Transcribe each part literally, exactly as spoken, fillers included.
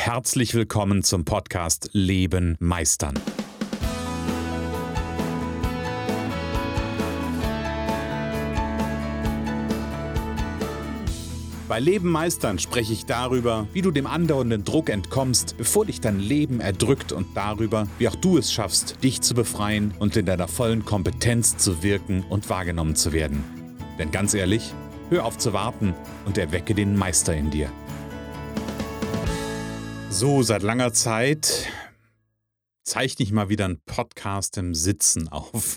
herzlich willkommen zum Podcast Leben meistern. Bei Leben meistern spreche ich darüber, wie du dem andauernden Druck entkommst, bevor dich dein Leben erdrückt, und darüber, wie auch du es schaffst, dich zu befreien und in deiner vollen Kompetenz zu wirken und wahrgenommen zu werden. Denn ganz ehrlich, hör auf zu warten und erwecke den Meister in dir. So, seit langer Zeit zeichne ich mal wieder einen Podcast im Sitzen auf.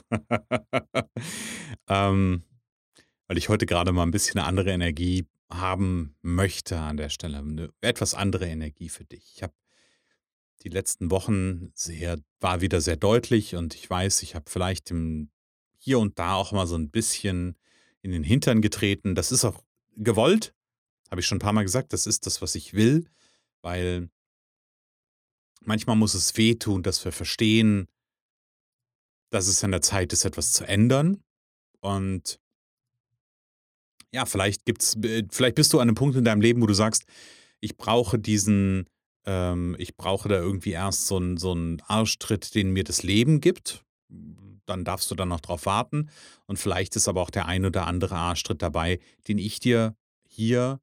ähm, weil ich heute gerade mal ein bisschen eine andere Energie haben möchte an der Stelle. Eine etwas andere Energie für dich. Ich habe die letzten Wochen sehr, war wieder sehr deutlich, und ich weiß, ich habe vielleicht im, hier und da auch mal so ein bisschen in den Hintern getreten. Das ist auch gewollt, habe ich schon ein paar Mal gesagt. Das ist das, was ich will, weil manchmal muss es wehtun, dass wir verstehen, dass es an der Zeit ist, etwas zu ändern. Und ja, vielleicht gibt's, äh, vielleicht bist du an einem Punkt in deinem Leben, wo du sagst, ich brauche diesen, ähm, ich brauche da irgendwie erst so einen so einen Arschtritt, den mir das Leben gibt. Dann darfst du dann noch drauf warten. Und vielleicht ist aber auch der ein oder andere Arschtritt dabei, den ich dir hier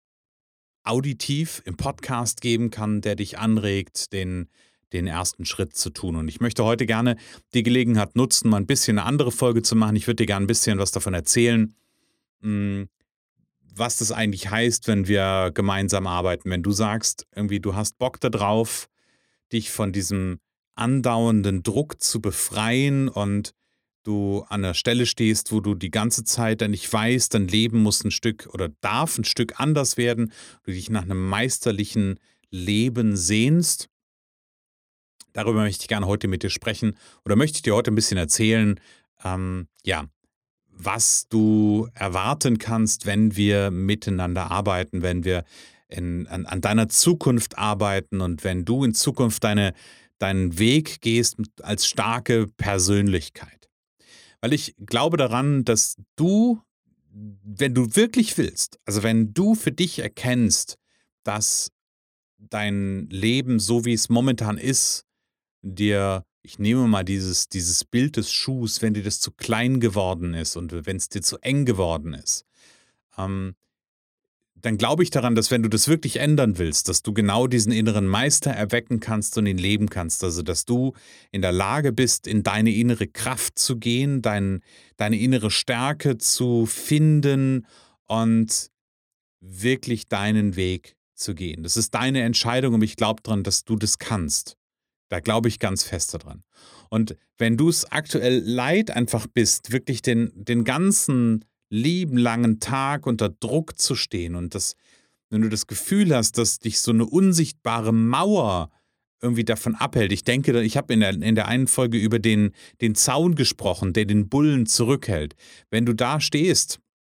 auditiv im Podcast geben kann, der dich anregt, den, den ersten Schritt zu tun. Und ich möchte heute gerne die Gelegenheit nutzen, mal ein bisschen eine andere Folge zu machen. Ich würde dir gerne ein bisschen was davon erzählen, mh, was das eigentlich heißt, wenn wir gemeinsam arbeiten. Wenn du sagst, irgendwie, du hast Bock darauf, dich von diesem andauernden Druck zu befreien, und du an der Stelle stehst, wo du die ganze Zeit dann nicht weißt, dein Leben muss ein Stück oder darf ein Stück anders werden, du dich nach einem meisterlichen Leben sehnst. Darüber möchte ich gerne heute mit dir sprechen, oder möchte ich dir heute ein bisschen erzählen, ähm, ja, was du erwarten kannst, wenn wir miteinander arbeiten, wenn wir in, an, an deiner Zukunft arbeiten und wenn du in Zukunft deine, deinen Weg gehst als starke Persönlichkeit. Weil ich glaube daran, dass du, wenn du wirklich willst, also wenn du für dich erkennst, dass dein Leben, so wie es momentan ist, dir, ich nehme mal dieses, dieses Bild des Schuhs, wenn dir das zu klein geworden ist und wenn es dir zu eng geworden ist, ähm, dann glaube ich daran, dass wenn du das wirklich ändern willst, dass du genau diesen inneren Meister erwecken kannst und ihn leben kannst. Also, dass du in der Lage bist, in deine innere Kraft zu gehen, dein, deine innere Stärke zu finden und wirklich deinen Weg zu gehen. Das ist deine Entscheidung, und ich glaube daran, dass du das kannst. Da glaube ich ganz fest daran. Und wenn du es aktuell leid einfach bist, wirklich den, den ganzen lieben langen Tag unter Druck zu stehen, und das, wenn du das Gefühl hast, dass dich so eine unsichtbare Mauer irgendwie davon abhält. Ich denke, ich habe in der, in der einen Folge über den, den Zaun gesprochen, der den Bullen zurückhält. Wenn du da stehst,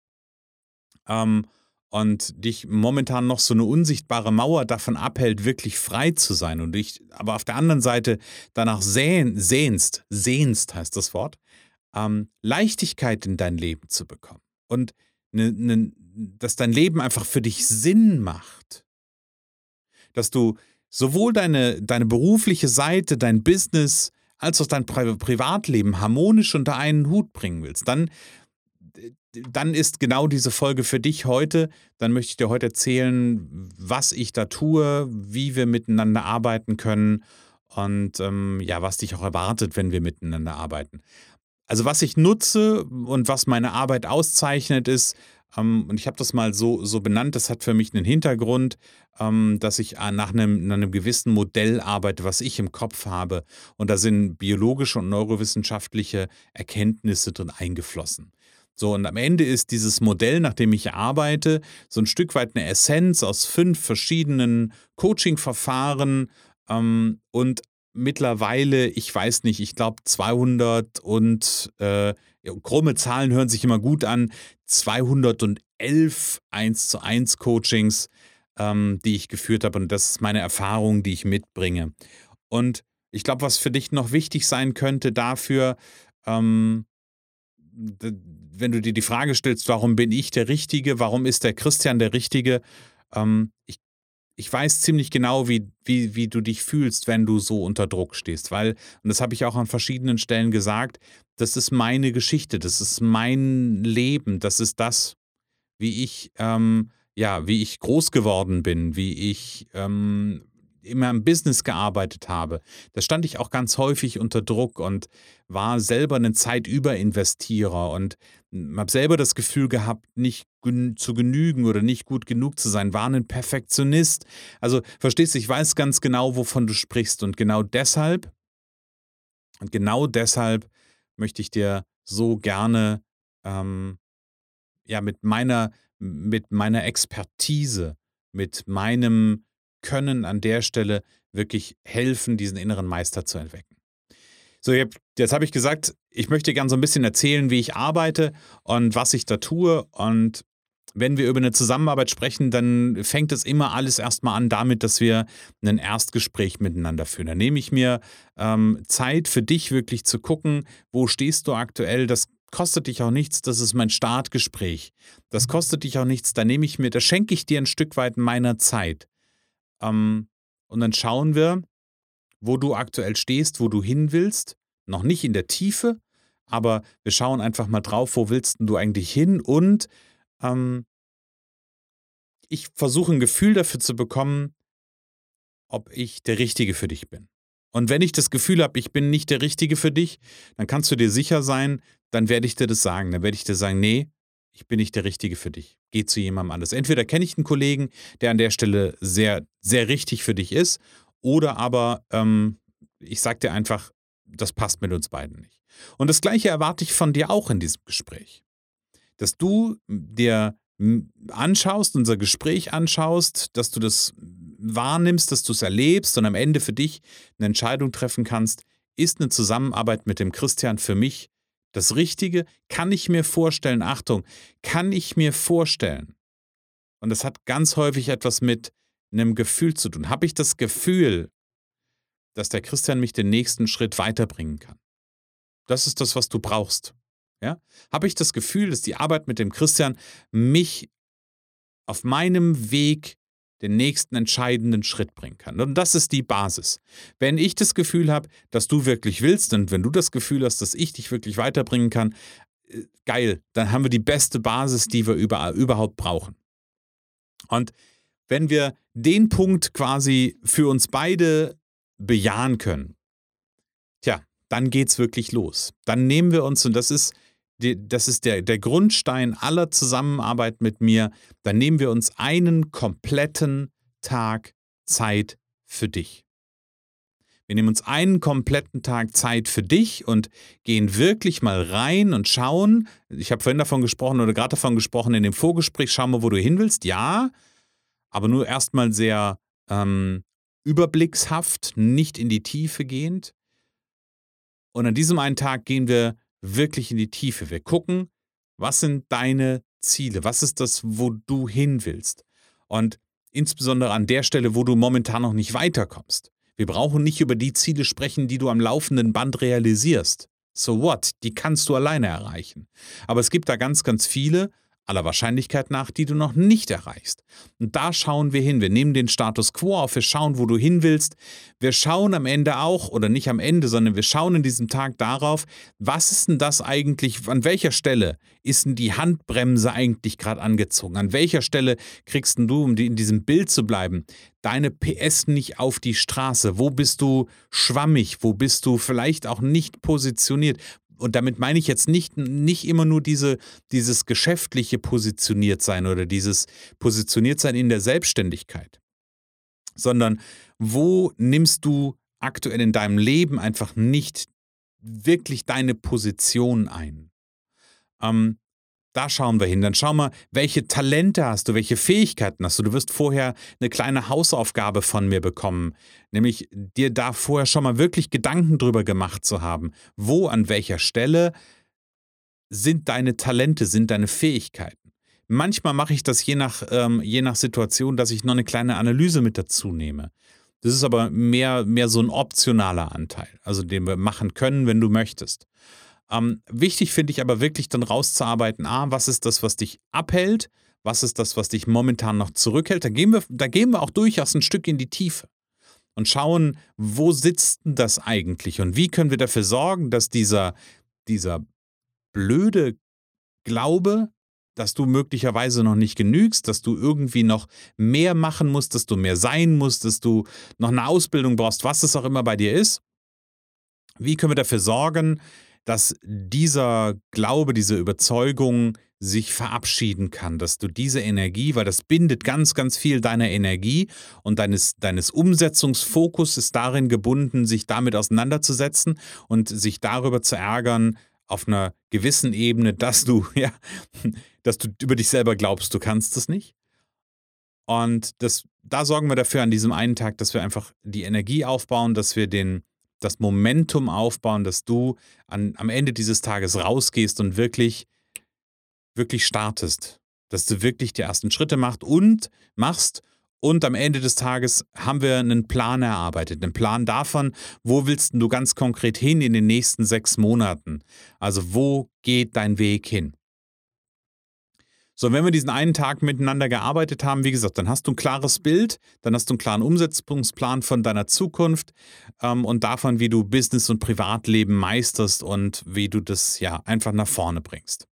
ähm, und dich momentan noch so eine unsichtbare Mauer davon abhält, wirklich frei zu sein, und dich aber auf der anderen Seite danach sehn, sehnst, sehnst heißt das Wort, ähm, Leichtigkeit in dein Leben zu bekommen, und ne, ne, dass dein Leben einfach für dich Sinn macht, dass du sowohl deine, deine berufliche Seite, dein Business, als auch dein Pri Privatleben harmonisch unter einen Hut bringen willst, dann dann ist genau diese Folge für dich heute. Dann möchte ich dir heute erzählen, was ich da tue, wie wir miteinander arbeiten können und ähm, ja, was dich auch erwartet, wenn wir miteinander arbeiten. Also was ich nutze und was meine Arbeit auszeichnet ist, ähm, und ich habe das mal so, so benannt, das hat für mich einen Hintergrund, ähm, dass ich äh, nach einem, nach einem gewissen Modell arbeite, was ich im Kopf habe. Und da sind biologische und neurowissenschaftliche Erkenntnisse drin eingeflossen. So, und am Ende ist dieses Modell, nach dem ich arbeite, so ein Stück weit eine Essenz aus fünf verschiedenen Coaching-Verfahren, ähm, und mittlerweile, ich weiß nicht, ich glaube zweihundert und äh, ja, krumme Zahlen hören sich immer gut an, zweihundertelf eins zu eins Coachings, ähm, die ich geführt habe, und das ist meine Erfahrung, die ich mitbringe. Und ich glaube, was für dich noch wichtig sein könnte dafür, ähm, d- wenn du dir die Frage stellst, warum bin ich der Richtige, warum ist der Christian der Richtige, ähm, ich ich weiß ziemlich genau, wie wie wie du dich fühlst, wenn du so unter Druck stehst, weil und das habe ich auch an verschiedenen Stellen gesagt, das ist meine Geschichte, das ist mein Leben, das ist das, wie ich, ähm ja, wie ich groß geworden bin, wie ich, ähm, in meinem Business gearbeitet habe. Da stand ich auch ganz häufig unter Druck und war selber 'nen Zeitüberinvestierer und, hm, habe selber das Gefühl gehabt, nicht gen zu genügen oder nicht gut genug zu sein, war 'nen Perfektionist. Also, verstehst du, ich weiß ganz genau, wovon du sprichst und genau deshalb und genau deshalb möchte ich dir so gerne, ähm ja, mit meiner mit meiner Expertise, mit meinem Können an der Stelle wirklich helfen, diesen inneren Meister zu entwecken. So, jep jetzt habe ich gesagt, ich möchte gern so 'n bisschen erzählen, wie ich arbeite und was ich da tue. Und wenn wir über 'ne Zusammenarbeit sprechen, dann fängt es immer alles erst mal an damit, dass wir 'nen Erstgespräch miteinander führen. Dann nehme ich mir, ähm, Zeit für dich wirklich zu gucken, wo stehst du aktuell? Das kostet dich auch nichts, das ist mein Startgespräch. Das kostet dich auch nichts, da nehme ich mir da schenke ich dir 'n Stück weit meiner Zeit. Ähm, und dann schauen wir, wo du aktuell stehst, wo du hin willst. Noch nicht in der Tiefe, aber wir schauen einfach mal drauf, wo willst 'n du eigentlich hin? Und, ähm ich versuche 'n Gefühl dafür zu bekommen ob ich der Richtige für dich bin. Und wenn ich das Gefühl habe, ich bin nicht der Richtige für dich, dann kannst du dir sicher sein, dann werde ich dir das sagen. Dann werde ich dir sagen: „Ne, ich bin nicht der Richtige für dich. Geh zu jemandem anders.“ Entweder kenne ich 'n Kollegen, der an der Stelle sehr, sehr richtig für dich ist, oder aber, ähm, ich sage dir einfach: „Das passt mit uns beiden nicht.“ Und das Gleiche erwarte ich von dir auch in diesem Gespräch. Dass du dir, hm, anschaust unser Gespräch anschaust, dass du das wahrnimmst, dass du's erlebst und am Ende für dich 'ne Entscheidung treffen kannst: „Ist 'ne Zusammenarbeit mit dem Christian für mich das Richtige? Kann ich mir vorstellen“ Achtung, kann ich mir vorstellen und das hat ganz häufig etwas mit 'nem Gefühl zu tun. Habe ich das Gefühl dass der Christian mich den nächsten Schritt weiterbringen kann? Das ist das, was du brauchst, ja? Habe ich das Gefühl, dass die Arbeit mit dem Christian mich auf meinem Weg den nächsten entscheidenden Schritt bringen kann? Und das ist die Basis. Wenn ich das Gefühl habe, dass du wirklich willst und wenn du das Gefühl hast, dass ich dich wirklich weiterbringen kann, äh, geil, dann haben wir die beste Basis, die wir überall überhaupt brauchen. Und wenn wir den Punkt quasi für uns beide bejahen können tja, dann geht's wirklich los. Dann nehmen wir uns und das ist de das ist der der Grundstein aller Zusammenarbeit mit mir, dann nehmen wir uns einen kompletten Tag Zeit für dich. Wir nehmen uns einen kompletten Tag Zeit für dich und gehen wirklich mal rein und schauen ich habe vorhin davon gesprochen oder grad davon gesprochen in dem Vorgespräch: „Schau mal, wo du hin willst.“ Ja, aber nur erst mal sehr, ähm, überblickshaft, nicht in die Tiefe gehend. Und an diesem einen Tag gehen wir wirklich in die Tiefe. Wir gucken, was sind deine Ziele? Was ist das, wo du hin willst? Und insbesondere an der Stelle, wo du momentan noch nicht weiterkommst. Wir brauchen nicht über die Ziele sprechen, die du am laufenden Band realisierst. So what? Die kannst du alleine erreichen. Aber es gibt da ganz, ganz viele, aller Wahrscheinlichkeit nach, die du noch nicht erreichst. Und da schauen wir hin. Wir nehmen den Status quo auf, wir schauen, wo du hin willst. Wir schauen am Ende auch oder nicht am Ende, sondern wir schauen in diesem Tag darauf: Was ist 'n das eigentlich an welcher Stelle ist 'n die Handbremse eigentlich grad angezogen? An welcher Stelle kriegst 'n du, um die in diesem Bild zu bleiben, deine PS nicht auf die Straße? Wo bist du schwammig? Wo bist du vielleicht auch nicht positioniert? Und damit meine ich jetzt nicht nicht immer nur diese dieses geschäftliche Positioniertsein oder dieses Positioniertsein in der Selbstständigkeit. Sondern wo nimmst du aktuell in deinem Leben einfach nicht wirklich deine Position ein? Ähm, da schauen wir hin. Dann schau mal, welche Talente hast du, welche Fähigkeiten hast du? Du wirst vorher 'ne kleine Hausaufgabe von mir bekommen, nämlich dir da vorher schon mal wirklich Gedanken drüber gemacht zu haben. Wo, an welcher Stelle sind deine Talente, sind deine Fähigkeiten? Manchmal mache ich das je nach ähm, je nach Situation, dass ich noch 'ne kleine Analyse mit dazu nehme. Das ist aber mehr mehr so 'n optionaler Anteil, also den wir machen können, wenn du möchtest. Ähm, wichtig finde ich aber wirklich dann rauszuarbeiten: A: Was ist das, was dich abhält? Was ist das, was dich momentan noch zurückhält? Da gehen wir, da gehen wir auch durchaus ein Stück in die Tiefe und schauen, wo sitzt denn das eigentlich und wie können wir dafür sorgen, dass dieser, dieser blöde Glaube, dass du möglicherweise noch nicht genügst, dass du irgendwie noch mehr machen musst, dass du mehr sein musst, dass du noch eine Ausbildung brauchst, was es auch immer bei dir ist. Wie können wir dafür sorgen, dass dieser Glaube, diese Überzeugung sich verabschieden kann, dass du diese Energie, weil das bindet ganz, ganz viel deiner Energie und deines, deines Umsetzungsfokus ist darin gebunden, sich damit auseinanderzusetzen und sich darüber zu ärgern auf einer gewissen Ebene, dass du, ja, dass du über dich selber glaubst, du kannst es nicht. Und das, da sorgen wir dafür an diesem einen Tag, dass wir einfach die Energie aufbauen, dass wir den, das Momentum aufbauen, dass du an, am Ende dieses Tages rausgehst und wirklich, wirklich startest. Dass du wirklich die ersten Schritte machst und machst. Und am Ende des Tages haben wir einen Plan erarbeitet. Einen Plan davon, wo willst du ganz konkret hin in den nächsten sechs Monaten? Also wo geht dein Weg hin? So, wenn wir diesen einen Tag miteinander gearbeitet haben, wie gesagt, dann hast du ein klares Bild, dann hast du einen klaren Umsetzungsplan von deiner Zukunft ähm, und davon, wie du Business und Privatleben meisterst und wie du das ja einfach nach vorne bringst.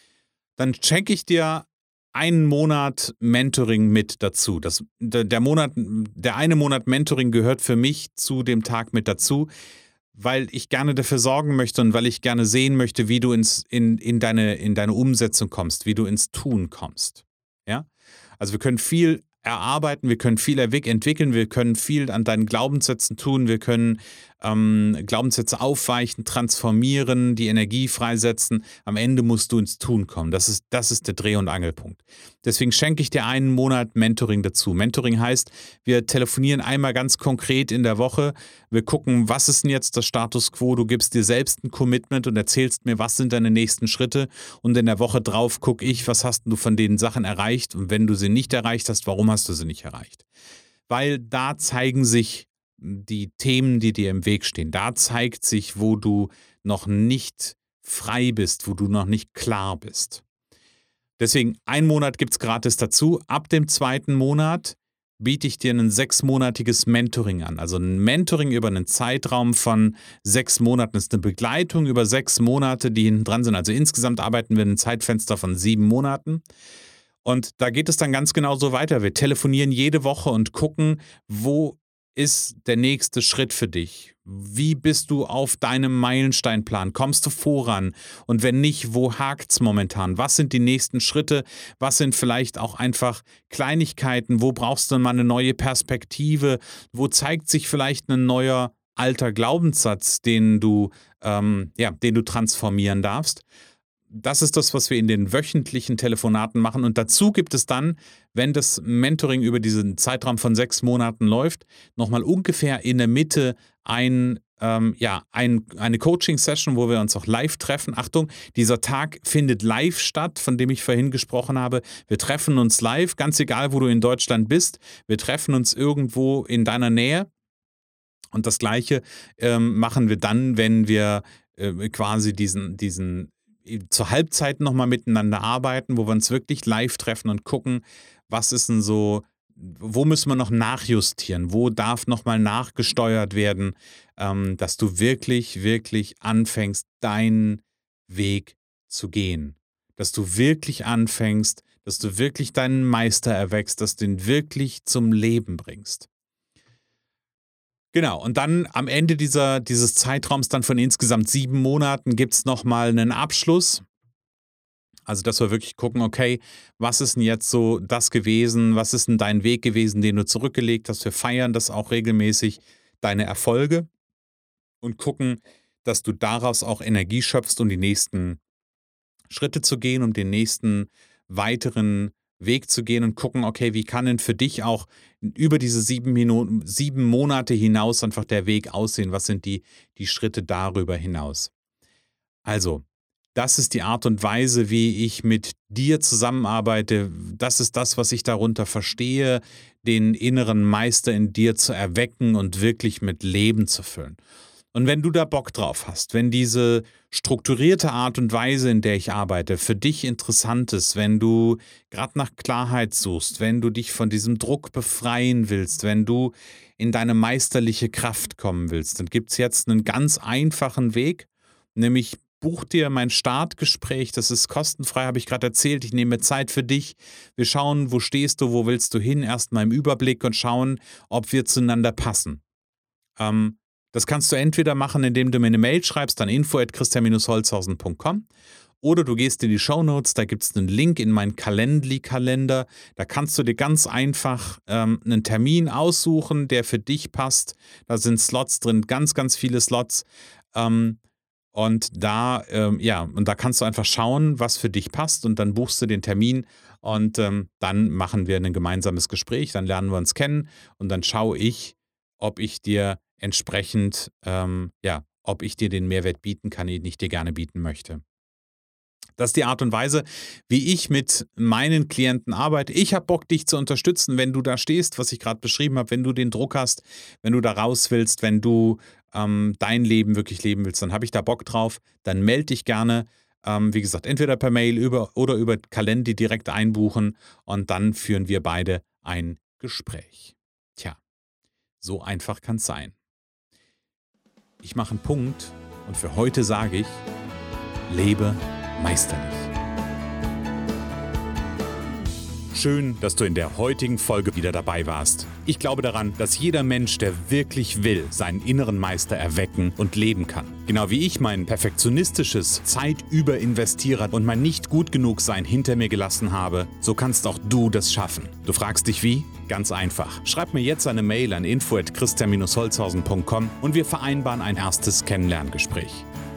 Dann schenke ich dir einen Monat Mentoring mit dazu. Das, der, der Monat, der eine Monat Mentoring gehört für mich zu dem Tag mit dazu, weil ich gerne dafür sorgen möchte und weil ich gerne sehen möchte, wie du ins, in, in, deine, in deine Umsetzung kommst, wie du ins Tun kommst. Ja? Also wir können viel erarbeiten, wir können viel entwickeln, wir können viel an deinen Glaubenssätzen tun, wir können ähm, Glaubenssätze aufweichen, transformieren, die Energie freisetzen. Am Ende musst du ins Tun kommen. Das ist, das ist der Dreh- und Angelpunkt. Deswegen schenke ich dir einen Monat Mentoring dazu. Mentoring heißt, wir telefonieren einmal ganz konkret in der Woche. Wir gucken, was ist denn jetzt das Status quo? Du gibst dir selbst ein Commitment und erzählst mir, was sind deine nächsten Schritte. Und in der Woche drauf gucke ich, was hast du von den Sachen erreicht? Und wenn du sie nicht erreicht hast, warum hast du sie nicht erreicht? Weil da zeigen sich die Themen, die dir im Weg stehen. Da zeigt sich, wo du noch nicht frei bist, wo du noch nicht klar bist. Deswegen, ein Monat gibt es gratis dazu. Ab dem zweiten Monat biete ich dir ein sechsmonatiges Mentoring an. Also ein Mentoring über einen Zeitraum von sechs Monaten. Das ist eine Begleitung über sechs Monate, die hinten dran sind. Also insgesamt arbeiten wir in einem Zeitfenster von sieben Monaten. Und da geht es dann ganz genau so weiter. Wir telefonieren jede Woche und gucken, wo ist der nächste Schritt für dich? Wie bist du auf deinem Meilensteinplan? Kommst du voran? Und wenn nicht, wo hakt's momentan? Was sind die nächsten Schritte? Was sind vielleicht auch einfach Kleinigkeiten? Wo brauchst du mal eine neue Perspektive? Wo zeigt sich vielleicht ein neuer alter Glaubenssatz, den du, ähm, ja, den du transformieren darfst? Das ist das, was wir in den wöchentlichen Telefonaten machen. Und dazu gibt es dann, wenn das Mentoring über diesen Zeitraum von sechs Monaten läuft, nochmal ungefähr in der Mitte ein, ähm, ja, ein, eine Coaching-Session, wo wir uns auch live treffen. Achtung, dieser Tag findet live statt, von dem ich vorhin gesprochen habe. Wir treffen uns live, ganz egal, wo du in Deutschland bist. Wir treffen uns irgendwo in deiner Nähe. Und das Gleiche ähm, machen wir dann, wenn wir äh, quasi diesen, diesen zur Halbzeit nochmal miteinander arbeiten, wo wir uns wirklich live treffen und gucken, was ist denn so, wo müssen wir noch nachjustieren, wo darf nochmal nachgesteuert werden, ähm, dass du wirklich, wirklich anfängst, deinen Weg zu gehen. Dass du wirklich anfängst, dass du wirklich deinen Meister erweckst, dass du ihn wirklich zum Leben bringst. Genau, und dann am Ende dieser, dieses Zeitraums dann von insgesamt sieben Monaten gibt es nochmal einen Abschluss. Also, dass wir wirklich gucken, okay, was ist denn jetzt so das gewesen, was ist denn dein Weg gewesen, den du zurückgelegt hast? Wir feiern das auch regelmäßig, deine Erfolge und gucken, dass du daraus auch Energie schöpfst, um die nächsten Schritte zu gehen, um den nächsten weiteren Weg zu gehen und gucken, okay, wie kann denn für dich auch über diese sieben Minuten, sieben Monate hinaus einfach der Weg aussehen? Was sind die, die Schritte darüber hinaus? Also, das ist die Art und Weise, wie ich mit dir zusammenarbeite. Das ist das, was ich darunter verstehe, den inneren Meister in dir zu erwecken und wirklich mit Leben zu füllen. Und wenn du da Bock drauf hast, wenn diese strukturierte Art und Weise, in der ich arbeite, für dich interessant ist, wenn du gerade nach Klarheit suchst, wenn du dich von diesem Druck befreien willst, wenn du in deine meisterliche Kraft kommen willst, dann gibt es jetzt einen ganz einfachen Weg, nämlich buch dir mein Startgespräch, das ist kostenfrei, habe ich gerade erzählt, ich nehme Zeit für dich. Wir schauen, wo stehst du, wo willst du hin, erstmal im Überblick und schauen, ob wir zueinander passen. Ähm, Das kannst du entweder machen, indem du mir eine Mail schreibst an info at christian holzhausen punkt com oder du gehst in die Shownotes, da gibt es einen Link in meinen Calendly-Kalender. Da kannst du dir ganz einfach ähm, einen Termin aussuchen, der für dich passt. Da sind Slots drin, ganz, ganz viele Slots. Ähm, und da, ähm, ja, und da kannst du einfach schauen, was für dich passt und dann buchst du den Termin und ähm, dann machen wir ein gemeinsames Gespräch, dann lernen wir uns kennen und dann schaue ich, ob ich dir entsprechend, ähm, ja, ob ich dir den Mehrwert bieten kann, den ich dir gerne bieten möchte. Das ist die Art und Weise, wie ich mit meinen Klienten arbeite. Ich habe Bock, dich zu unterstützen, wenn du da stehst, was ich gerade beschrieben habe, wenn du den Druck hast, wenn du da raus willst, wenn du ähm, dein Leben wirklich leben willst, dann habe ich da Bock drauf. Dann melde dich gerne. Ähm, wie gesagt, entweder per Mail über, oder über Calendly direkt einbuchen und dann führen wir beide ein Gespräch. Tja, so einfach kann es sein. Ich mache einen Punkt und für heute sage ich, lebe meisterlich. Schön, dass du in der heutigen Folge wieder dabei warst. Ich glaube daran, dass jeder Mensch, der wirklich will, seinen inneren Meister erwecken und leben kann. Genau wie ich mein perfektionistisches Zeit-Über-Investierer und mein Nicht-Gut-Genug-Sein hinter mir gelassen habe, so kannst auch du das schaffen. Du fragst dich wie? Ganz einfach. Schreib mir jetzt eine Mail an info at christian holzhausen punkt com und wir vereinbaren ein erstes Kennenlerngespräch.